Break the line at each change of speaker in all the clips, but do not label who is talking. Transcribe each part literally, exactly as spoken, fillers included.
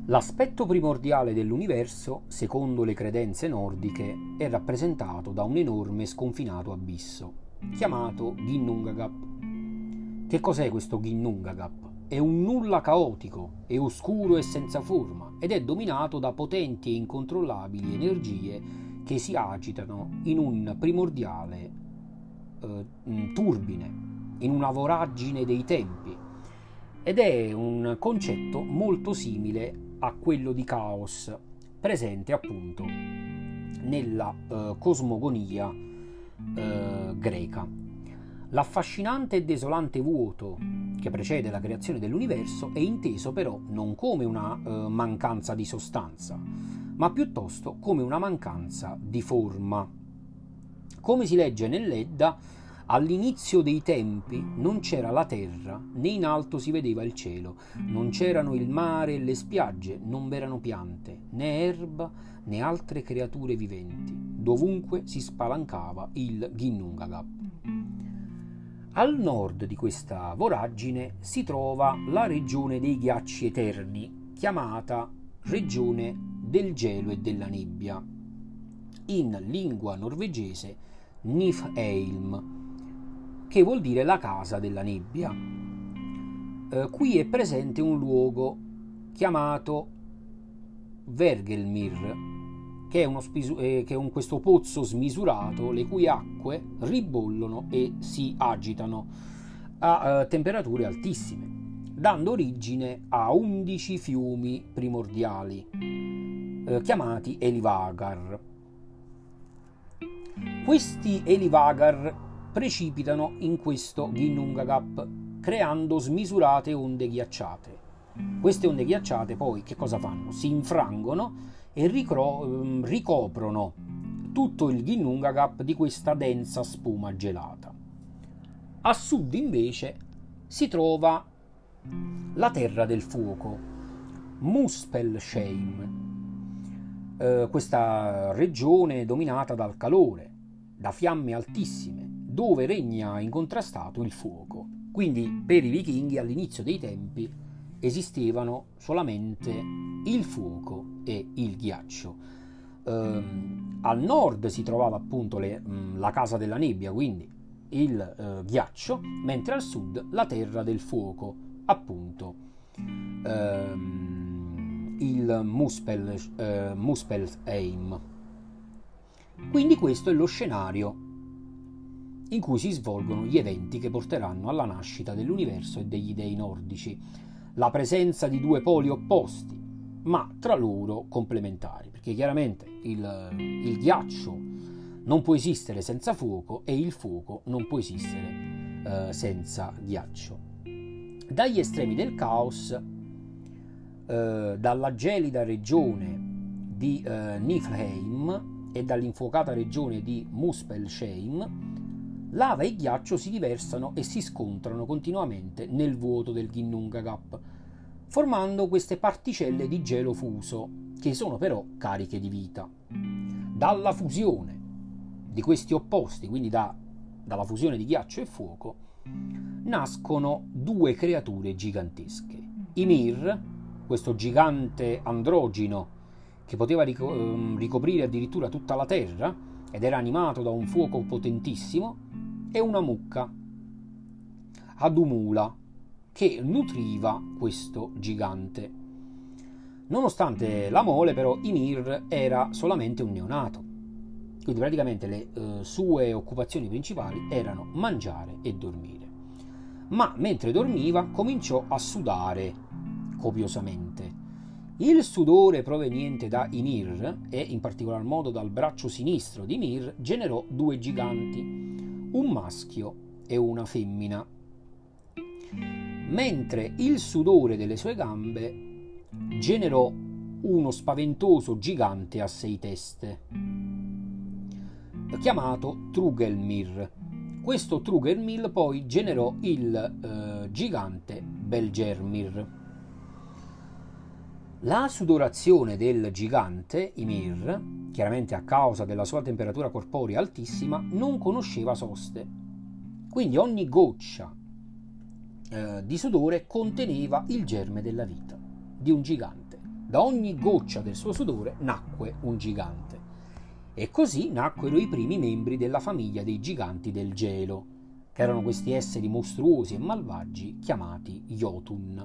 L'aspetto primordiale dell'universo, secondo le credenze nordiche, è rappresentato da un enorme sconfinato abisso, chiamato Ginnungagap. Che cos'è questo Ginnungagap? È un nulla caotico, è oscuro e senza forma, ed è dominato da potenti e incontrollabili energie che si agitano in un primordiale eh, turbine, in una voragine dei tempi, ed è un concetto molto simile a quello di caos presente appunto nella eh, cosmogonia eh, greca. L'affascinante e desolante vuoto che precede la creazione dell'universo è inteso però non come una eh, mancanza di sostanza, ma piuttosto come una mancanza di forma. Come si legge nell'Edda, all'inizio dei tempi non c'era la terra, né in alto si vedeva il cielo, non c'erano il mare e le spiagge, non v'erano piante, né erba, né altre creature viventi. Dovunque si spalancava il Ginnungagap. Al nord di questa voragine si trova la regione dei ghiacci eterni, chiamata regione del gelo e della nebbia, in lingua norvegese Niflheim, che vuol dire la casa della nebbia. Eh, qui è presente un luogo chiamato Hvergelmir, che è, uno spisu- eh, che è un, questo pozzo smisurato, le cui acque ribollono e si agitano a eh, temperature altissime, dando origine a undici fiumi primordiali, eh, chiamati Elivagar. Questi Elivagar precipitano in questo Ginnungagap creando smisurate onde ghiacciate. Queste onde ghiacciate poi che cosa fanno? Si infrangono e ricro- ricoprono tutto il Ginnungagap di questa densa spuma gelata. A sud invece si trova la terra del fuoco, Muspelheim, eh, questa regione dominata dal calore, da fiamme altissime, dove regna incontrastato il fuoco. Quindi per i vichinghi all'inizio dei tempi esistevano solamente il fuoco e il ghiaccio. Ehm, al nord si trovava appunto le, mh, la casa della nebbia, quindi il eh, ghiaccio, mentre al sud la terra del fuoco, appunto ehm, il Muspel, eh, Muspelheim. Quindi questo è lo scenario in cui si svolgono gli eventi che porteranno alla nascita dell'universo e degli dei nordici, la presenza di due poli opposti, ma tra loro complementari, perché chiaramente il, il ghiaccio non può esistere senza fuoco e il fuoco non può esistere eh, senza ghiaccio. Dagli estremi del caos, eh, dalla gelida regione di eh, Niflheim e dall'infuocata regione di Muspelheim, lava e ghiaccio si riversano e si scontrano continuamente nel vuoto del Ginnungagap, formando queste particelle di gelo fuso, che sono però cariche di vita. Dalla fusione di questi opposti, quindi da, dalla fusione di ghiaccio e fuoco, nascono due creature gigantesche. Ymir, questo gigante androgino che poteva ricoprire addirittura tutta la terra ed era animato da un fuoco potentissimo, e una mucca, Adumula, che nutriva questo gigante. Nonostante la mole, però, Ymir era solamente un neonato, quindi praticamente le eh, sue occupazioni principali erano mangiare e dormire. Ma mentre dormiva cominciò a sudare copiosamente. Il sudore proveniente da Ymir, e in particolar modo dal braccio sinistro di Ymir, generò due giganti, un maschio e una femmina, mentre il sudore delle sue gambe generò uno spaventoso gigante a sei teste, chiamato Trugelmir. Questo Trugelmir poi generò il eh, gigante Belgermir. La sudorazione del gigante Ymir, chiaramente a causa della sua temperatura corporea altissima, non conosceva soste. Quindi ogni goccia eh, di sudore conteneva il germe della vita di un gigante. Da ogni goccia del suo sudore nacque un gigante. E così nacquero i primi membri della famiglia dei giganti del gelo, che erano questi esseri mostruosi e malvagi chiamati Jotun.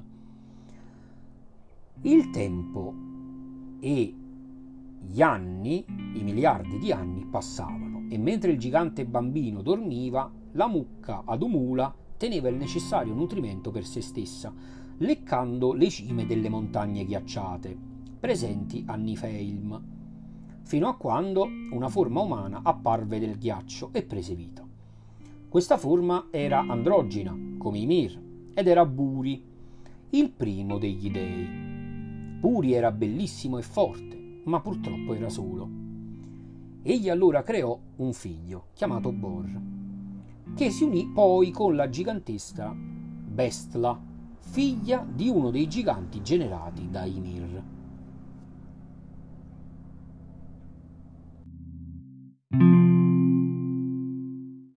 Il tempo e gli anni, i miliardi di anni, passavano e mentre il gigante bambino dormiva, la mucca Adumula teneva il necessario nutrimento per se stessa, leccando le cime delle montagne ghiacciate presenti a Niflheim, fino a quando una forma umana apparve nel ghiaccio e prese vita. Questa forma era androgina, come Ymir, ed era Buri, il primo degli dei. Buri era bellissimo e forte, ma purtroppo era solo. Egli allora creò un figlio, chiamato Bor, che si unì poi con la gigantessa Bestla, figlia di uno dei giganti generati da Ymir.